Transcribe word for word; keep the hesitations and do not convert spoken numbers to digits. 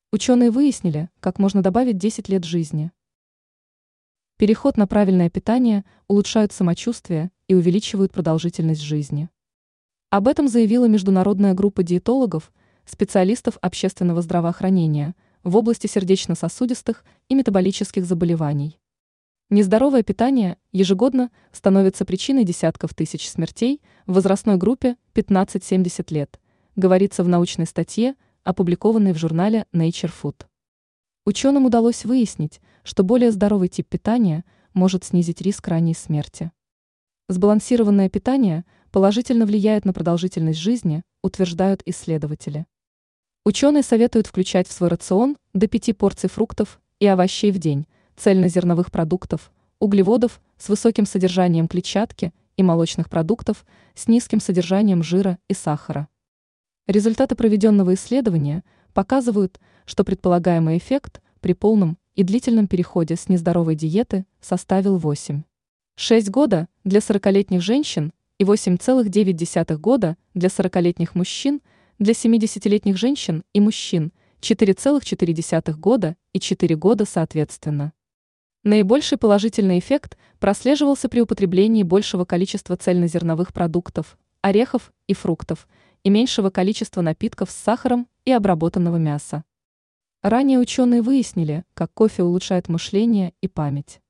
Ученые выяснили, как можно добавить десять лет жизни. Переход на правильное питание улучшают самочувствие и увеличивают продолжительность жизни. Об этом заявила международная группа диетологов, специалистов общественного здравоохранения в области сердечно-сосудистых и метаболических заболеваний. Нездоровое питание ежегодно становится причиной десятков тысяч смертей в возрастной группе пятнадцать-семьдесят лет, говорится в научной статье, опубликованной в журнале Nature Food. Ученым удалось выяснить, что более здоровый тип питания может снизить риск ранней смерти. Сбалансированное питание положительно влияет на продолжительность жизни, утверждают исследователи. Ученые советуют включать в свой рацион до пяти порций фруктов и овощей в день, цельнозерновых продуктов, углеводов с высоким содержанием клетчатки и молочных продуктов с низким содержанием жира и сахара. Результаты проведенного исследования показывают, что предполагаемый эффект при полном и длительном переходе с нездоровой диеты составил восемь целых шесть десятых года для сорокалетних женщин и восемь целых девять десятых года для сорокалетних мужчин, для семидесятилетних женщин и мужчин четыре целых четыре десятых года и четыре года соответственно. Наибольший положительный эффект прослеживался при употреблении большего количества цельнозерновых продуктов, орехов и фруктов и меньшего количества напитков с сахаром и обработанного мяса. Ранее ученые выяснили, как кофе улучшает мышление и память.